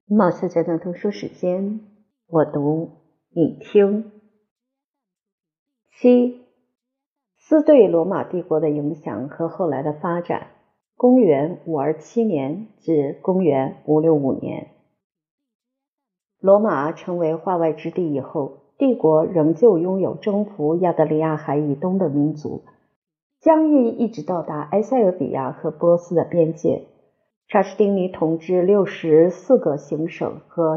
冒小姐的读书时间，我读你听。7. 丝对罗马帝国的影响和后来的发展，公元527年至公元565年。罗马成为化外之地以后，帝国仍旧拥有征服亚得里亚海以东的民族，疆域一直到达埃塞俄比亚和波斯的边界。查士丁尼统治64个行省和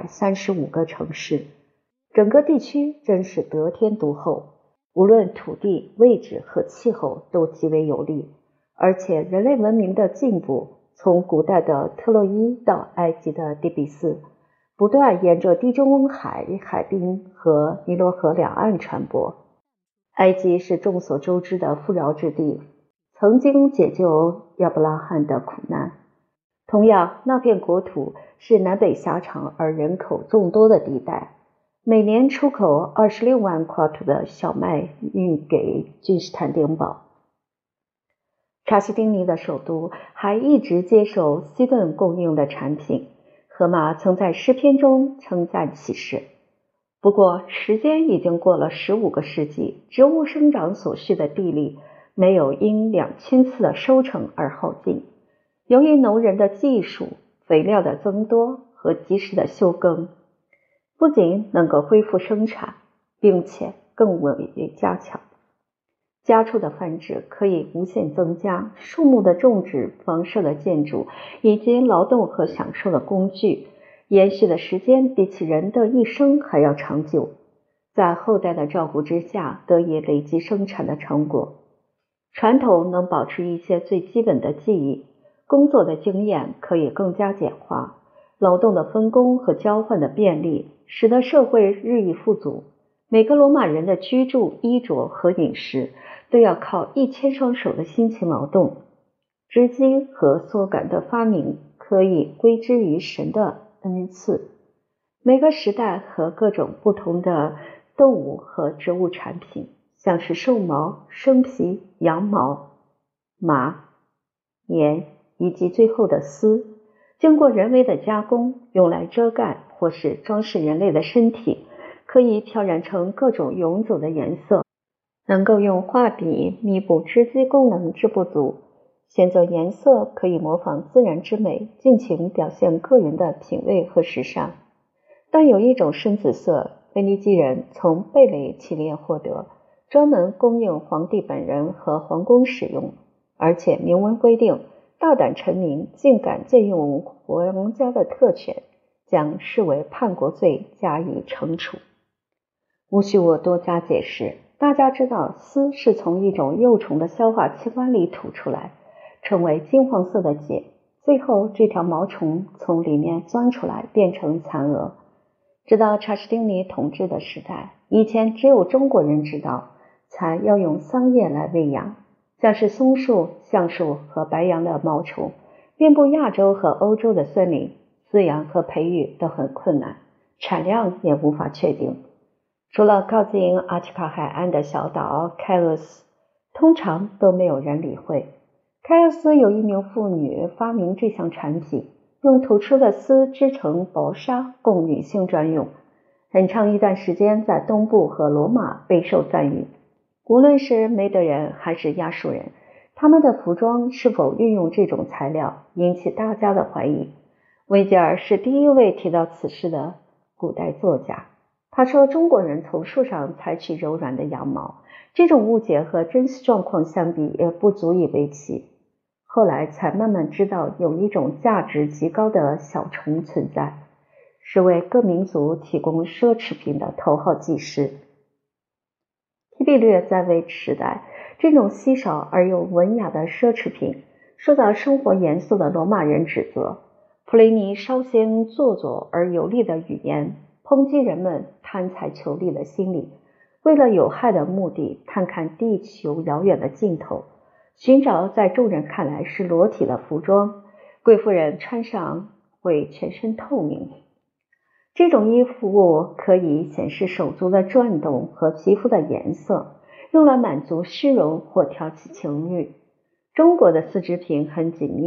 935个城市，整个地区真是得天独厚，无论土地、位置和气候都极为有利，而且人类文明的进步从古代的特洛伊到埃及的底比斯，不断沿着地中海海滨和尼罗河两岸传播。埃及是众所周知的富饶之地，曾经解救亚伯拉罕的苦难。同样，那片国土是南北狭长而人口众多的地带，每年出口26万夸土的小麦运给君士坦丁堡。查士丁尼的首都还一直接受西顿供应的产品，荷马曾在诗篇中称赞其事。不过，时间已经过了15个世纪，植物生长所需的地力没有因2000次的收成而耗尽。由于农人的技术、肥料的增多和及时的休耕，不仅能够恢复生产，并且更为加强。家畜的繁殖可以无限增加，树木的种植、房舍的建筑以及劳动和享受的工具，延续的时间比起人的一生还要长久，在后代的照顾之下得以累积生产的成果。传统能保持一些最基本的技艺，工作的经验可以更加简化，劳动的分工和交换的便利，使得社会日益富足。每个罗马人的居住、衣着和饮食都要靠1000双手的辛勤劳动。织机和梭杆的发明可以归之于神的恩赐。每个时代和各种不同的动物和植物产品，像是兽毛、生皮、羊毛、麻、棉以及最后的丝，经过人为的加工，用来遮盖或是装饰人类的身体，可以挑染成各种永久的颜色，能够用画笔弥补织机功能之不足。选择颜色可以模仿自然之美，尽情表现个人的品味和时尚。但有一种深紫色，腓尼基人从贝雷企业获得，专门供应皇帝本人和皇宫使用，而且明文规定，大胆臣民竟敢借用皇家的特权，将视为叛国罪加以惩处。无需我多加解释，大家知道丝是从一种幼虫的消化器官里吐出来，成为金黄色的茧，最后这条毛虫从里面钻出来变成蚕蛾。直到查士丁尼统治的时代，以前只有中国人知道蚕要用桑叶来喂养，像是松树、橡树和白杨的毛虫，遍布亚洲和欧洲的森林，饲养和培育都很困难，产量也无法确定。除了靠近阿提卡海岸的小岛开厄斯，通常都没有人理会。开厄斯有一名妇女发明这项产品，用吐出的丝织成薄纱供女性专用，很长一段时间在东部和罗马备受赞誉。无论是梅德人还是亚述人，他们的服装是否运用这种材料引起大家的怀疑。维吉尔是第一位提到此事的古代作家，他说中国人从树上采取柔软的羊毛，这种误解和真实状况相比也不足以为奇。后来才慢慢知道有一种价值极高的小虫存在，是为各民族提供奢侈品的头号技师。提比略在位时代，这种稀少而又文雅的奢侈品受到生活严肃的罗马人指责。普雷尼稍显做作而有力的语言抨击人们贪财求利的心理，为了有害的目的探看地球遥远的尽头，寻找在众人看来是裸体的服装，贵妇人穿上会全身透明。这种衣服可以显示手足的转动和皮肤的颜色，用来满足虚荣或挑起情欲。中国的丝织品很紧密，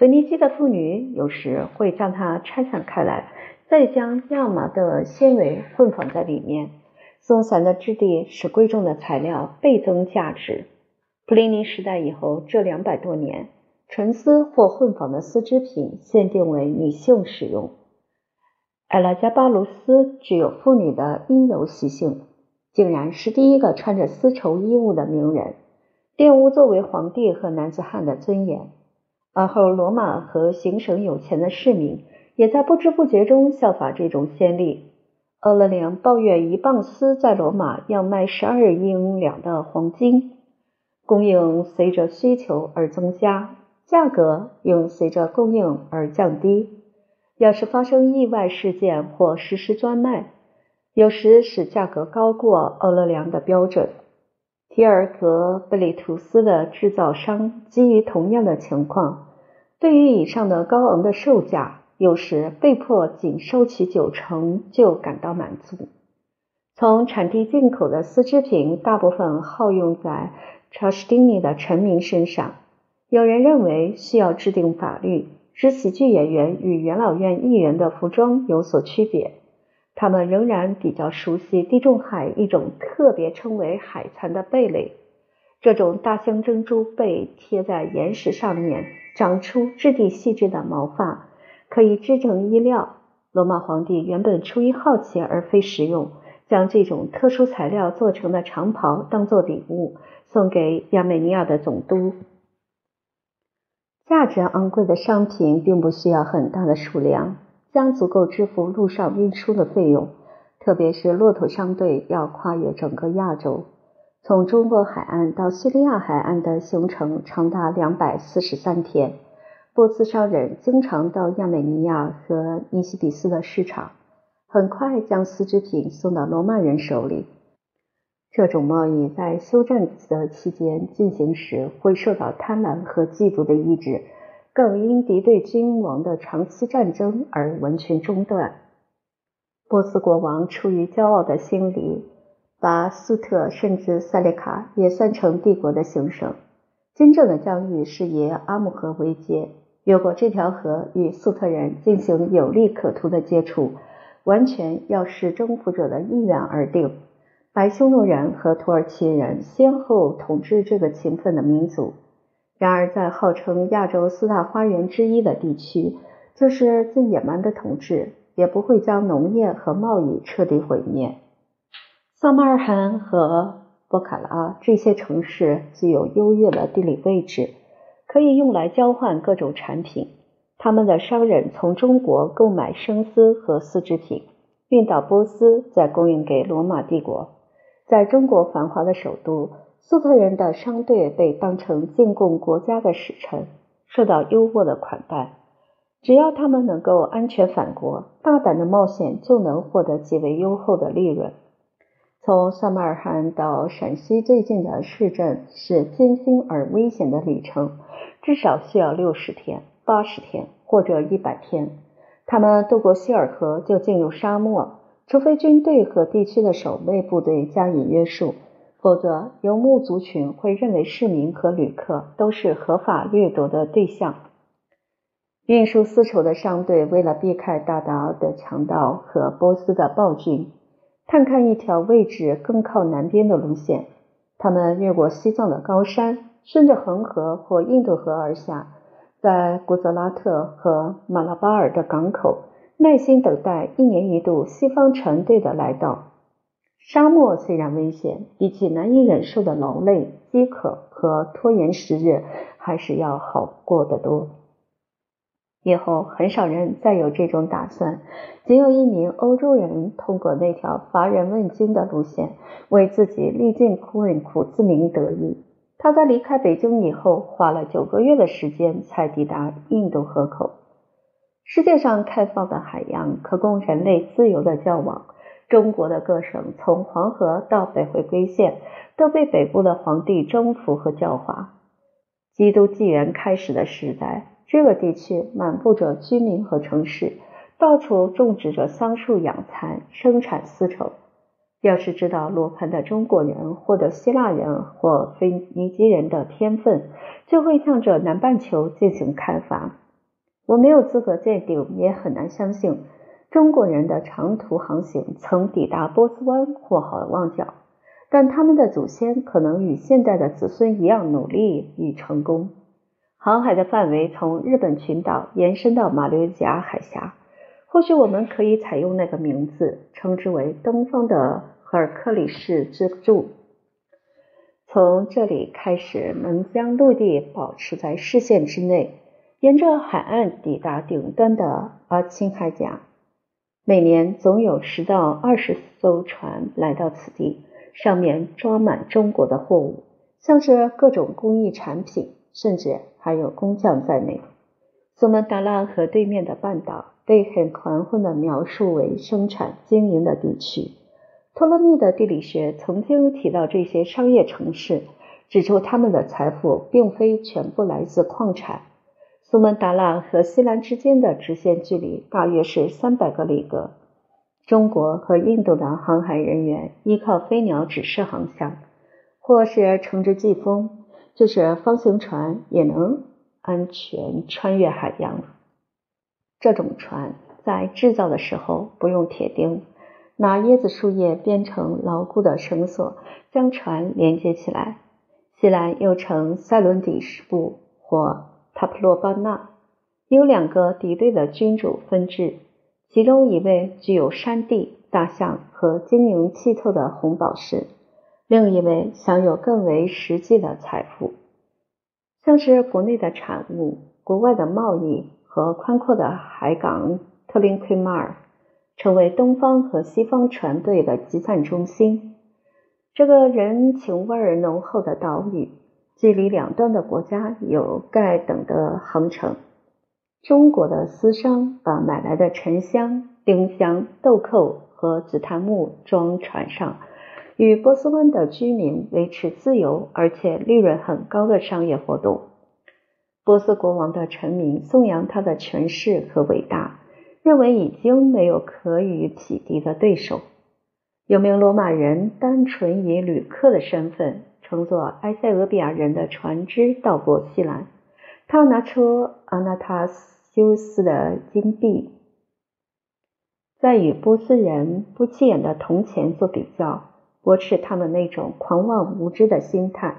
腓尼基的妇女有时会将它拆散开来，再将亚麻的纤维混纺在里面。松散的质地使贵重的材料倍增价值。普林尼时代以后这200多年，纯丝或混纺的丝织品限定为女性使用。埃拉加巴卢斯具有妇女的阴柔习性，竟然是第一个穿着丝绸衣物的名人，玷污作为皇帝和男子汉的尊严。而后罗马和行省有钱的市民也在不知不觉中效法这种先例。欧勒良抱怨1磅丝在罗马要卖12英两的黄金，供应随着需求而增加，价格应随着供应而降低。要是发生意外事件或实施专卖，有时使价格高过欧勒良的标准。提尔和贝里图斯的制造商基于同样的情况，对于以上的高昂的售价，有时被迫仅收取90%就感到满足。从产地进口的丝织品大部分耗用在查士丁尼的臣民身上。有人认为需要制定法律，使喜剧演员与元老院议员的服装有所区别。他们仍然比较熟悉地中海一种特别称为海蚕的贝类，这种大象珍珠被贴在岩石上面，长出质地细致的毛发，可以织成衣料。罗马皇帝原本出于好奇而非实用，将这种特殊材料做成的长袍当作礼物送给亚美尼亚的总督。价值昂贵的商品并不需要很大的数量，将足够支付陆上运输的费用，特别是骆驼商队要跨越整个亚洲。从中国海岸到叙利亚海岸的行程长达243天。波斯商人经常到亚美尼亚和尼西比斯的市场，很快将丝织品送到罗马人手里。这种贸易在休战的期间进行时会受到贪婪和嫉妒的抑制，更因敌对君王的长期战争而完全中断。波斯国王出于骄傲的心理，把苏特甚至塞列卡也算成帝国的行省。真正的疆域是以阿姆河为界，越过这条河与苏特人进行有利可图的接触，完全要视征服者的意愿而定。白匈奴人和土耳其人先后统治这个勤奋的民族。然而在号称亚洲4大花园之一的地区，就是最野蛮的统治也不会将农业和贸易彻底毁灭。萨马尔罕和博卡拉这些城市具有优越的地理位置，可以用来交换各种产品。他们的商人从中国购买生丝和丝织品，运到波斯，再供应给罗马帝国。在中国繁华的首都，苏特人的商队被当成进贡国家的使臣，受到优渥的款待。只要他们能够安全返国，大胆的冒险就能获得极为优厚的利润。从萨马尔罕到陕西最近的市镇是艰辛而危险的旅程，至少需要60天、80天或者100天。他们渡过希尔河就进入沙漠，除非军队和地区的守卫部队加以约束，否则游牧族群会认为市民和旅客都是合法掠夺的对象。运输丝绸的商队为了避开鞑靼的强盗和波斯的暴君，探看一条位置更靠南边的路线。他们越过西藏的高山，顺着恒河或印度河而下，在古泽拉特和马拉巴尔的港口耐心等待1年1度西方船队的来到。沙漠虽然危险，比起难以忍受的劳累、饥渴和拖延时日，还是要好过得多。以后很少人再有这种打算，仅有1名欧洲人通过那条乏人问津的路线，为自己历尽困苦自鸣得意。他在离开北京以后，花了9个月的时间才抵达印度河口。世界上开放的海洋可供人类自由的交往，中国的各省从黄河到北回归线都被北部的皇帝征服和教化。基督纪元开始的时代，这个地区满布着居民和城市，到处种植着桑树养蚕，生产丝绸。要是知道罗盘的中国人获得希腊人或腓尼基人的天分，就会向着南半球进行开发。 我没有资格鉴定，也很难相信中国人的长途航行曾抵达波斯湾或好望角，但他们的祖先可能与现代的子孙一样努力与成功。航海的范围从日本群岛延伸到马六甲海峡，或许我们可以采用那个名字，称之为东方的赫尔克里氏支柱。从这里开始，能将陆地保持在视线之内，沿着海岸抵达顶端的阿青海峡。每年总有10到20艘船来到此地，上面装满中国的货物，像是各种工艺产品，甚至还有工匠在内。苏门答腊和对面的半岛被很含混地描述为生产经营的地区。托勒密的地理学曾经提到这些商业城市，指出他们的财富并非全部来自矿产。苏门答腊和西兰之间的直线距离大约是300个里格。中国和印度的航海人员依靠飞鸟指示航向，或是乘着季风，就是方形船，也能安全穿越海洋。这种船在制造的时候不用铁钉，拿椰子树叶编成牢固的绳索，将船连接起来。西兰又称塞伦底布或塔普洛巴纳，有2个敌对的君主分治，其中一位具有山地、大象和晶莹剔透的红宝石，另一位享有更为实际的财富，像是国内的产物、国外的贸易和宽阔的海港特林奎马尔，成为东方和西方船队的集散中心。这个人情味浓厚的岛屿，距离两端的国家有盖等的航程。中国的私商把买来的沉香、丁香、豆蔻和紫檀木装船上，与波斯湾的居民维持自由而且利润很高的商业活动。波斯国王的臣民颂扬他的权势和伟大，认为已经没有可与匹敌的对手。有名罗马人单纯以旅客的身份乘坐埃塞俄比亚人的船只到过西兰，他拿出阿纳塔修斯的金币，在与波斯人不起眼的铜钱做比较，驳斥他们那种狂妄无知的心态。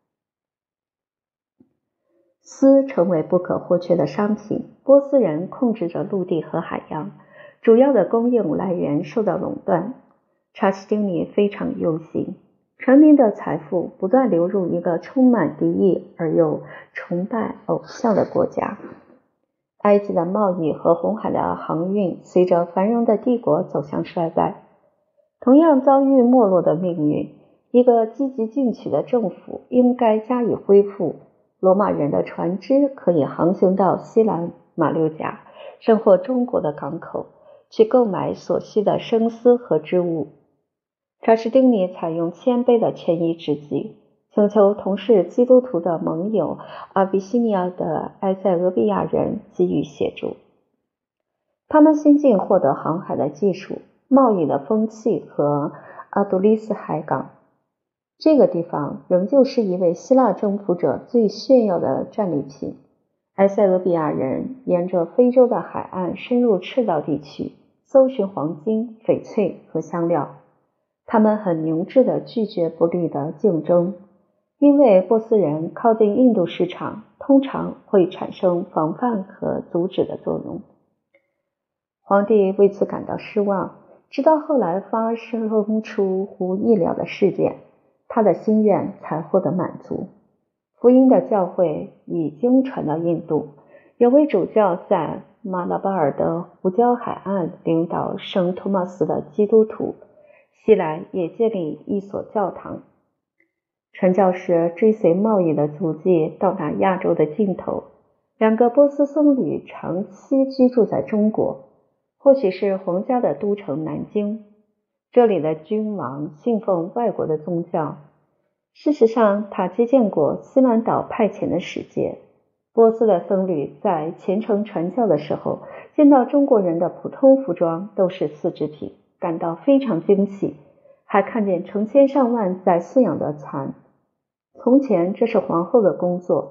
丝成为不可或缺的商品，波斯人控制着陆地和海洋，主要的供应来源受到垄断。查士丁尼非常忧心，船民的财富不断流入一个充满敌意而又崇拜偶像的国家。埃及的贸易和红海的航运随着繁荣的帝国走向衰败，同样遭遇没落的命运。一个积极进取的政府应该加以恢复。罗马人的船只可以航行到西兰、马六甲，甚或中国的港口，去购买所需的生丝和织物。查士丁尼采用谦卑的权宜之计，请求同是基督徒的盟友阿比西尼亚的埃塞俄比亚人给予协助。他们先进获得航海的技术、贸易的风气和阿杜利斯海港。这个地方仍旧是一位希腊征服者最炫耀的战利品。埃塞俄比亚人沿着非洲的海岸深入赤道地区，搜寻黄金、翡翠和香料。他们很明智地拒绝不利的竞争，因为波斯人靠近印度市场通常会产生防范和阻止的作用。皇帝为此感到失望，直到后来发生出乎意料的事件，他的心愿才获得满足。福音的教会已经传到印度，有位主教在马拉巴尔的胡椒海岸领导圣托马斯的基督徒，西兰也建立一所教堂。传教士追随贸易的足迹到达亚洲的尽头。2个波斯僧侣长期居住在中国，或许是皇家的都城南京。这里的君王信奉外国的宗教。事实上，他接见过西兰岛派遣的使节。波斯的僧侣在虔诚传教的时候，见到中国人的普通服装都是丝织品，感到非常惊喜，还看见成千上万在饲养的蚕。从前这是皇后的工作，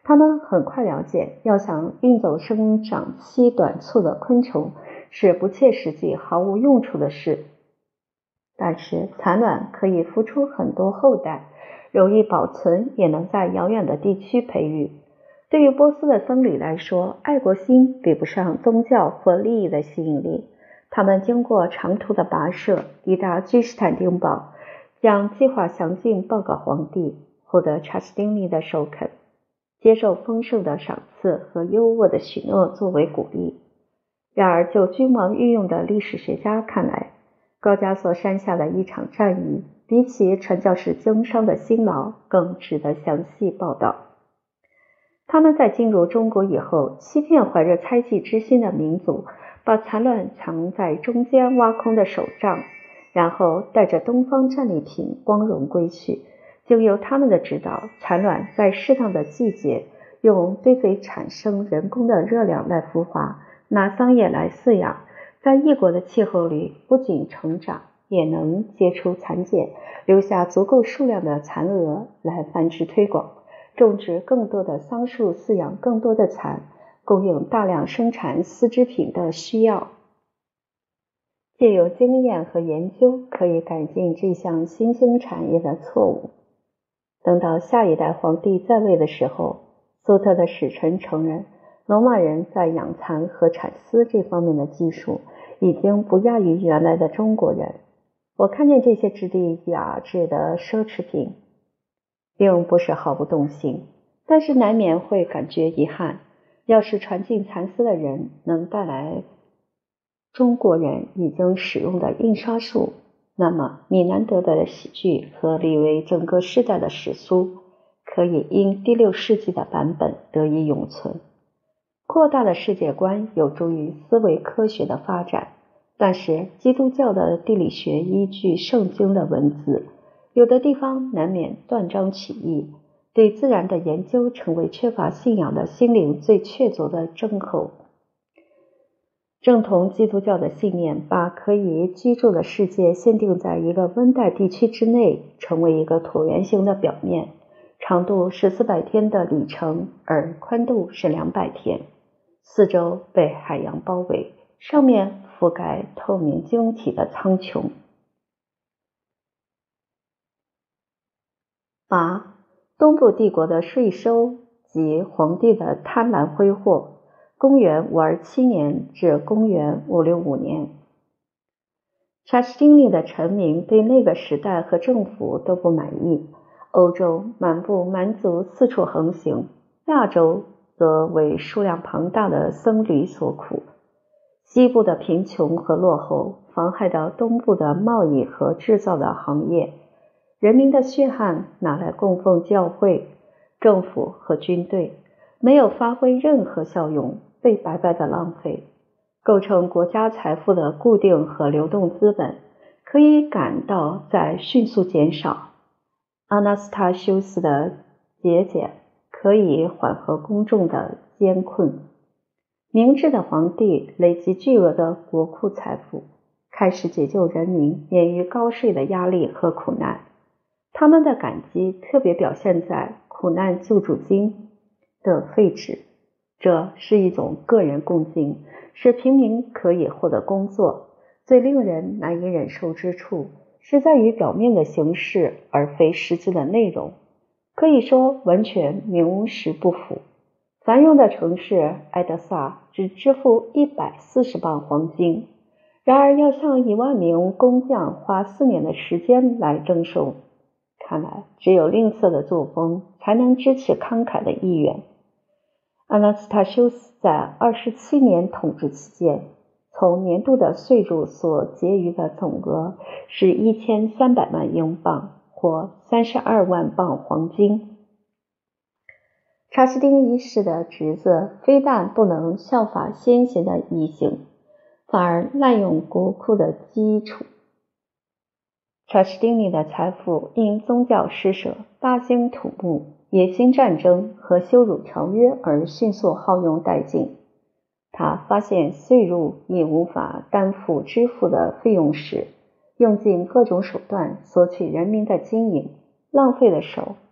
他们很快了解，要想运走生长期短促的昆虫是不切实际、毫无用处的事。但是产卵可以孵出很多后代，容易保存，也能在遥远的地区培育。对于波斯的僧侣来说，爱国心比不上宗教或利益的吸引力。他们经过长途的跋涉，抵达君士坦丁堡，将计划详尽报告皇帝，获得查士丁尼的首肯，接受丰盛的赏赐和优渥的许诺作为鼓励。然而，就君王御用的历史学家看来，高加索山下的一场战役，比起传教士经商的辛劳，更值得详细报道。他们在进入中国以后，欺骗怀着猜忌之心的民族，把产卵藏在中间挖空的手杖，然后带着东方战利品光荣归去。经由他们的指导，产卵在适当的季节用堆肥产生人工的热量来孵化，拿桑叶来饲养，在异国的气候里不仅成长，也能结出蚕茧，留下足够数量的蚕蛾来繁殖推广，种植更多的桑树，饲养更多的蚕，供应大量生产丝织品的需要。借由经验和研究，可以改进这项新兴产业的错误。等到下一代皇帝在位的时候，苏特的使臣承认，罗马人在养蚕和产丝这方面的技术已经不亚于原来的中国人。我看见这些质地雅致的奢侈品，并不是毫不动心，但是难免会感觉遗憾。要是传进蚕丝的人能带来中国人已经使用的印刷术，那么米南德的喜剧和李维整个世代的史书可以因第6世纪的版本得以永存。扩大的世界观有助于思维科学的发展，但是基督教的地理学依据圣经的文字，有的地方难免断章取义，对自然的研究成为缺乏信仰的心灵最确凿的症候。正统基督教的信念把可以居住的世界限定在一个温带地区之内，成为一个椭圆形的表面，长度是400天的里程，而宽度是200天，四周被海洋包围，上面覆盖透明晶体的苍穹。8. 东部帝国的税收及皇帝的贪婪挥霍，公元527年至公元565年。查士丁尼的臣民对那个时代和政府都不满意，欧洲满布蛮族四处横行，亚洲则为数量庞大的僧侣所苦。西部的贫穷和落后妨害到东部的贸易和制造的行业，人民的血汗拿来供奉教会、政府和军队，没有发挥任何效用，被白白的浪费。构成国家财富的固定和流动资本可以感到在迅速减少。阿纳斯塔修斯的节俭可以缓和公众的艰困。明智的皇帝累积巨额的国库财富，开始解救人民免于高税的压力和苦难。他们的感激特别表现在苦难救助金的废止，这是一种个人共进，使平民可以获得工作。最令人难以忍受之处是在于表面的形式而非实际的内容，可以说完全名实不符。繁荣的城市埃德萨只支付140磅黄金，然而要向1万名工匠花4年的时间来征收，看来只有吝啬的作风才能支持慷慨的意愿。阿纳斯塔修斯在27年统治期间，从年度的税入所结余的总额是1300万英镑，或32万磅黄金。查士丁一世的侄子非但不能效法先贤的义行，反而滥用国库的基础。查士丁尼的财富因宗教施舍、大兴土木、野心战争和羞辱条约而迅速耗用殆尽。他发现税入已无法担负支付的费用时，用尽各种手段索取人民的金银，浪费的手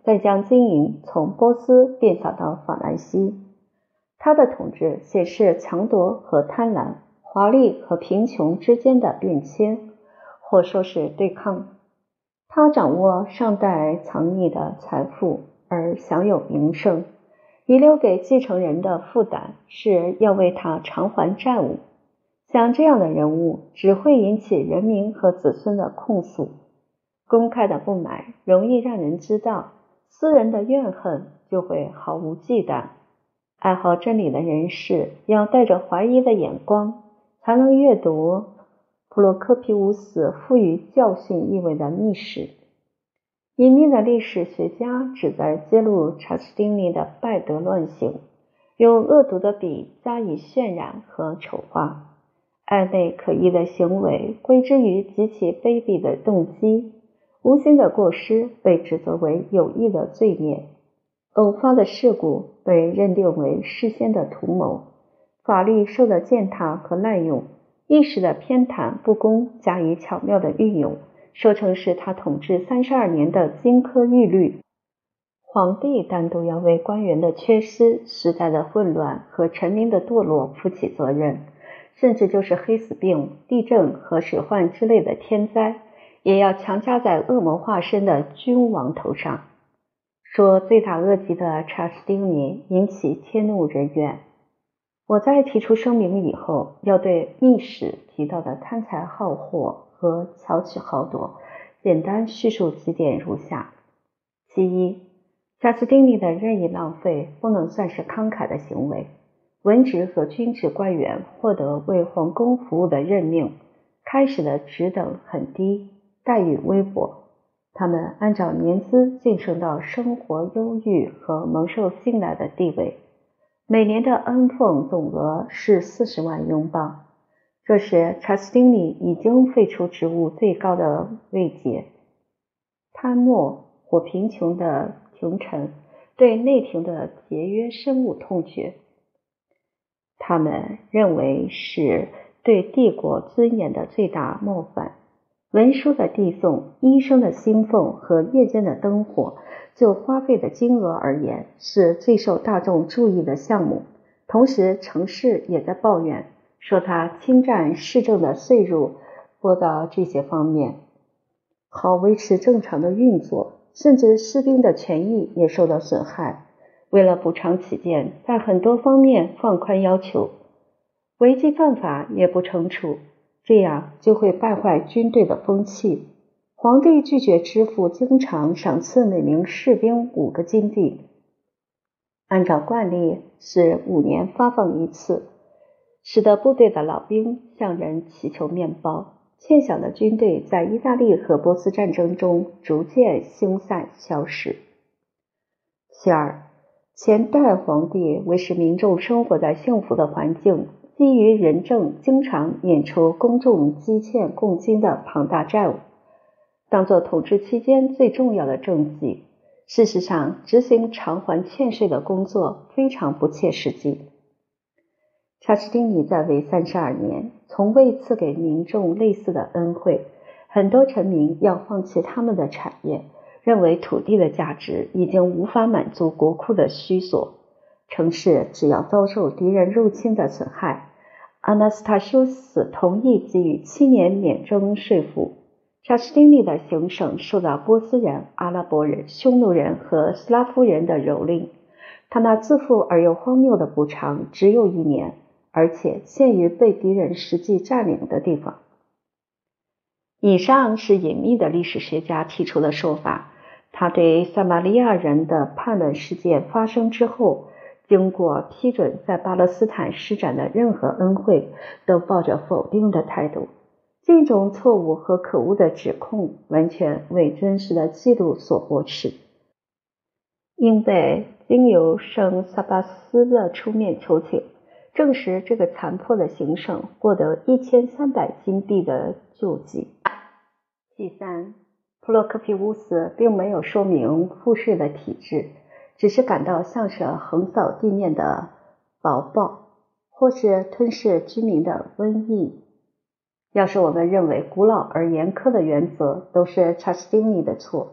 再将经营从波斯变小到法兰西。他的统治显示强夺和贪婪、华丽和贫穷之间的变迁，或说是对抗。他掌握上代藏匿的财富而享有名声，遗留给继承人的负担是要为他偿还债务。像这样的人物只会引起人民和子孙的控诉。公开的不满容易让人知道，私人的怨恨就会毫无忌惮。爱好真理的人士要带着怀疑的眼光，才能阅读普罗科皮乌斯赋予教训意味的密史。隐秘的历史学家旨在揭露查士丁尼的败德乱行，用恶毒的笔加以渲染和丑化。暧昧可疑的行为归之于极其卑鄙的动机，无心的过失被指责为有意的罪孽，偶发的事故被认定为事先的图谋，法律受到践踏和滥用，意识的偏袒不公加以巧妙的运用，说成是他统治32年的金科玉律。皇帝单独要为官员的缺失、时代的混乱和臣民的堕落负起责任，甚至就是黑死病、地震和水患之类的天灾，也要强加在恶魔化身的君王头上。说罪大恶极的查士丁尼引起天怒人怨。我在提出声明以后，要对密史提到的贪财好货和巧取豪夺简单叙述几点如下。其一，查士丁尼的任意浪费不能算是慷慨的行为。文职和军职官员获得为皇宫服务的任命，开始的职等很低，待遇微薄。他们按照年资晋升到生活优裕和蒙受信赖的地位，每年的恩俸总额是40万英镑，这是查士丁尼已经废除职务最高的位阶。贪墨或贫穷的廷臣对内廷的节约深恶痛绝，他们认为是对帝国尊严的最大冒犯。文书的递送、医生的薪俸和夜间的灯火，就花费的金额而言，是最受大众注意的项目。同时，城市也在抱怨，说他侵占市政的税入拨到这些方面，好维持正常的运作，甚至士兵的权益也受到损害。为了补偿起见，在很多方面放宽要求，违纪犯法也不惩处，这样就会败坏军队的风气。皇帝拒绝支付经常赏赐每名士兵5个金币，按照惯例是5年发放一次，使得部队的老兵向人祈求面包。欠饷的军队在意大利和波斯战争中逐渐星散消失。其二，前代皇帝为使民众生活在幸福的环境，基于仁政，经常免除公众积欠贡金的庞大债务，当作统治期间最重要的政绩。事实上，执行偿还欠税的工作非常不切实际。查士丁尼在位32年，从未赐给民众类似的恩惠，很多臣民要放弃他们的产业，认为土地的价值已经无法满足国库的需索。城市只要遭受敌人入侵的损害，阿纳斯塔修斯同意给予7年免征税赋。查士丁尼的行省受到波斯人、阿拉伯人、匈奴人和斯拉夫人的蹂躏，他那自负而又荒谬的补偿只有1年，而且限于被敌人实际占领的地方。以上是隐秘的历史学家提出的说法，他对撒玛利亚人的叛乱事件发生之后，经过批准在巴勒斯坦施展的任何恩惠，都抱着否定的态度。这种错误和可恶的指控完全为真实的记录所驳斥。因被经由圣萨巴斯的出面求情，证实这个残破的行省获得1300金币的救济。第三，普洛科皮乌斯并没有说明赋税的体制，只是感到像是横扫地面的雹暴，或是吞噬居民的瘟疫。要是我们认为古老而严苛的原则都是查士丁尼的错，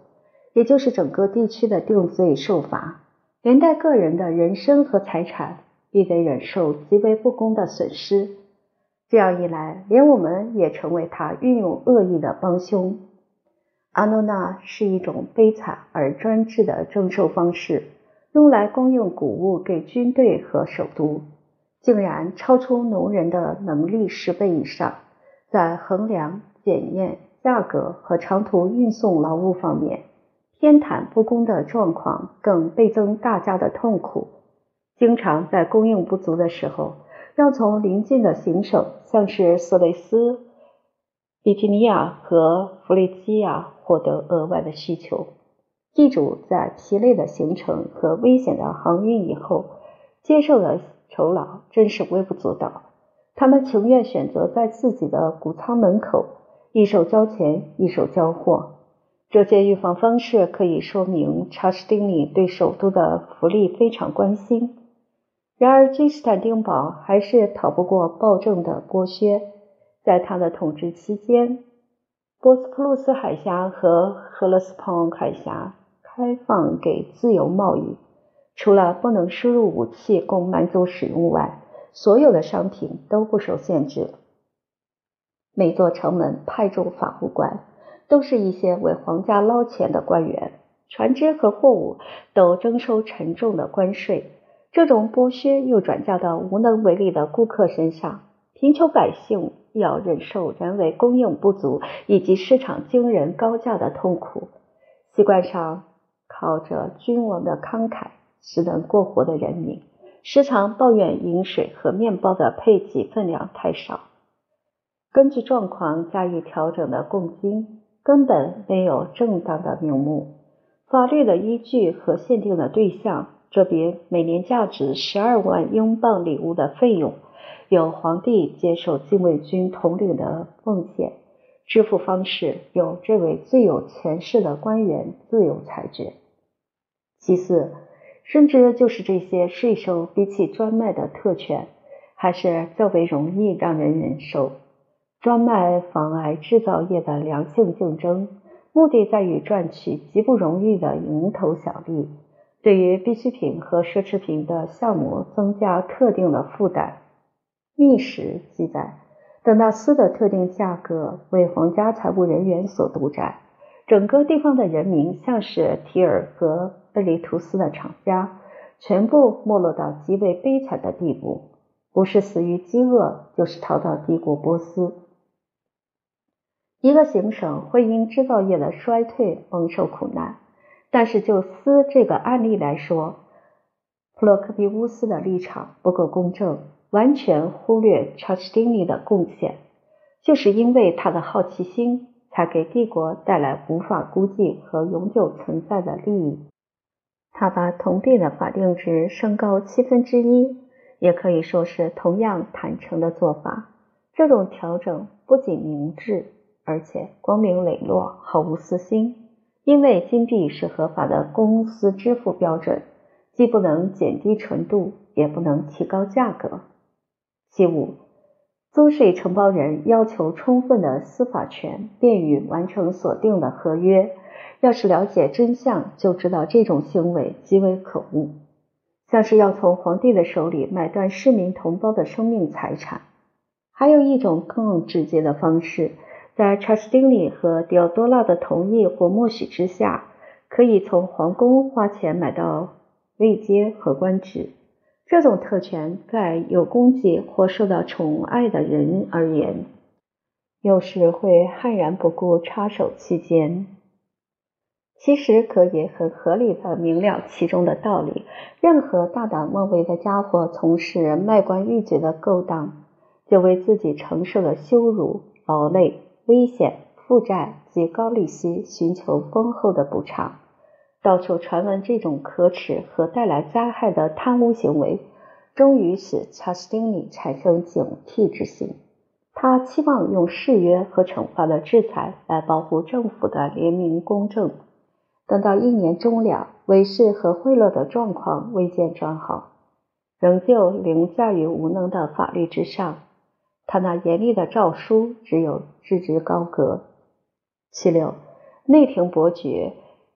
也就是整个地区的定罪受罚，连带个人的人身和财产必得忍受极为不公的损失。这样一来，连我们也成为他运用恶意的帮凶。阿诺纳是一种悲惨而专制的征收方式，用来供应谷物给军队和首都，竟然超出农人的能力10倍以上，在衡量、检验、价格和长途运送劳务方面，偏袒不公的状况更倍增大家的痛苦。经常在供应不足的时候，要从邻近的行省，像是色雷斯、比提尼亚和弗雷基亚获得额外的需求。地主在疲累的行程和危险的航运以后，接受的酬劳真是微不足道。他们情愿选择在自己的谷仓门口一手交钱一手交货。这些预防方式可以说明查士丁尼对首都的福利非常关心。然而君士坦丁堡还是逃不过暴政的剥削。在他的统治期间，博斯普鲁斯海峡和赫勒斯滂海峡开放给自由贸易，除了不能输入武器供蛮族使用外，所有的商品都不受限制。每座城门派驻法务官，都是一些为皇家捞钱的官员，船只和货物都征收沉重的关税。这种剥削又转嫁到无能为力的顾客身上，贫穷百姓要忍受人为供应不足以及市场惊人高价的痛苦。习惯上靠着君王的慷慨使能过活的人民，时常抱怨饮水和面包的配给分量太少。根据状况加以调整的贡金根本没有正当的名目，法律的依据和限定的对象，这笔每年价值12万英镑礼物的费用，由皇帝接受禁卫军统领的奉献，支付方式由这位最有权势的官员自由裁决。其次，甚至就是这些税收比起专卖的特权，还是较为容易让人忍受。专卖妨碍制造业的良性竞争，目的在于赚取极不容易的蝇头小利，对于必需品和奢侈品的项目增加特定的负担。密史记载，等到丝的特定价格为皇家财务人员所独占，整个地方的人民像是提尔和贝利图斯的厂家，全部没落到极为悲惨的地步，不是死于饥饿，就是逃到帝国波斯。一个行省会因制造业的衰退蒙受苦难，但是就丝这个案例来说，普罗科庇乌斯的立场不够公正，完全忽略查士丁尼的贡献。就是因为他的好奇心，才给帝国带来无法估计和永久存在的利益。他把铜币的法定值升高1/7，也可以说是同样坦诚的做法。这种调整不仅明智，而且光明磊落，毫无私心。因为金币是合法的公司支付标准，既不能减低纯度，也不能提高价格。其五，租税承包人要求充分的司法权，便于完成所定的合约。要是了解真相，就知道这种行为极为可恶，像是要从皇帝的手里买断市民同胞的生命财产。还有一种更直接的方式，在查士丁尼和迪奥多拉的同意或默许之下，可以从皇宫花钱买到位阶和官职。这种特权在有功绩或受到宠爱的人而言，有时会悍然不顾插手其间。其实可以很合理地明了其中的道理。任何大胆妄为的家伙从事卖官鬻爵的勾当，就为自己承受的羞辱、劳累、危险、负债及高利息寻求丰厚的补偿。到处传闻这种可耻和带来灾害的贪污行为，终于使查士丁尼产生警惕之心。他期望用誓约和惩罚的制裁来保护政府的廉明公正。等到1年终了，伪饰和贿赂的状况未见转好，仍旧凌驾于无能的法律之上。他那严厉的诏书只有置之高阁。其六，内廷伯爵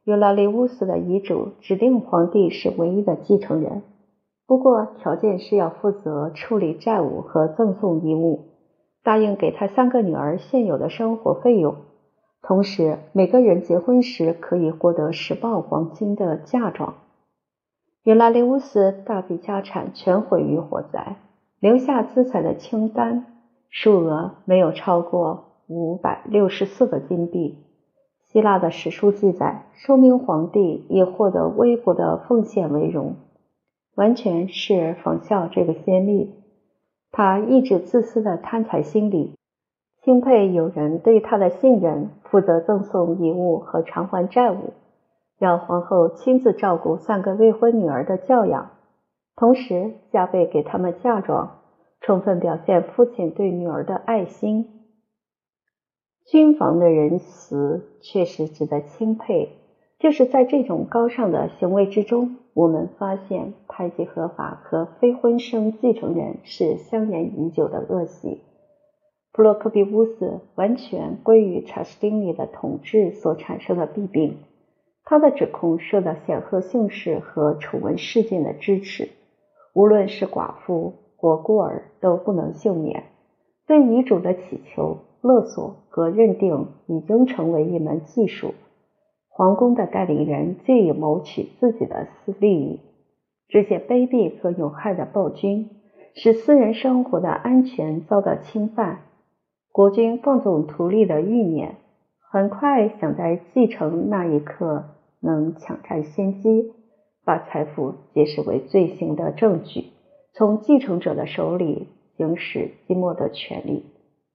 尤拉利乌斯的遗嘱指定皇帝是唯一的继承人，不过条件是要负责处理债务和赠送遗物，答应给他3个女儿现有的生活费用，同时每个人结婚时可以获得10磅黄金的嫁妆。尤拉利乌斯大笔家产全毁于火灾，留下资产的清单数额没有超过564个金币。希腊的史书记载，受命皇帝以获得微薄的奉献为荣，完全是仿效这个先例。他抑制自私的贪财心理，钦佩有人对他的信任，负责赠送遗物和偿还债务，让皇后亲自照顾3个未婚女儿的教养，同时加倍给他们嫁妆，充分表现父亲对女儿的爱心。君房的仁慈确实值得钦佩，就是在这种高尚的行为之中，我们发现排挤合法和非婚生继承人是相沿已久的恶习。普罗科庇乌斯完全归于查士丁尼的统治所产生的弊病，他的指控受到显赫姓氏和丑闻事件的支持，无论是寡妇或孤儿都不能幸免。对遗嘱的乞求、勒索和认定已经成为一门技术，皇宫的代理人借以谋取自己的私利益。这些卑鄙和有害的暴君使私人生活的安全遭到侵犯，国君放纵图利的欲念，很快想在继承那一刻能抢占先机，把财富揭示为罪行的证据，从继承者的手里行使寂寞的权利。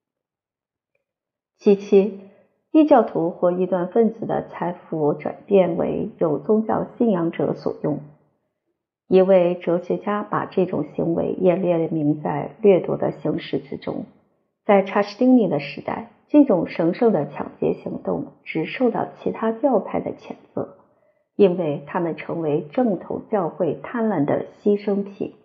其七，异教徒或异端分子的财富转变为有宗教信仰者所用。一位哲学家把这种行为也列明在掠夺的形式之中。在查士丁尼的时代，这种神圣的抢劫行动只受到其他教派的谴责，因为他们成为正统教会贪婪的牺牲品。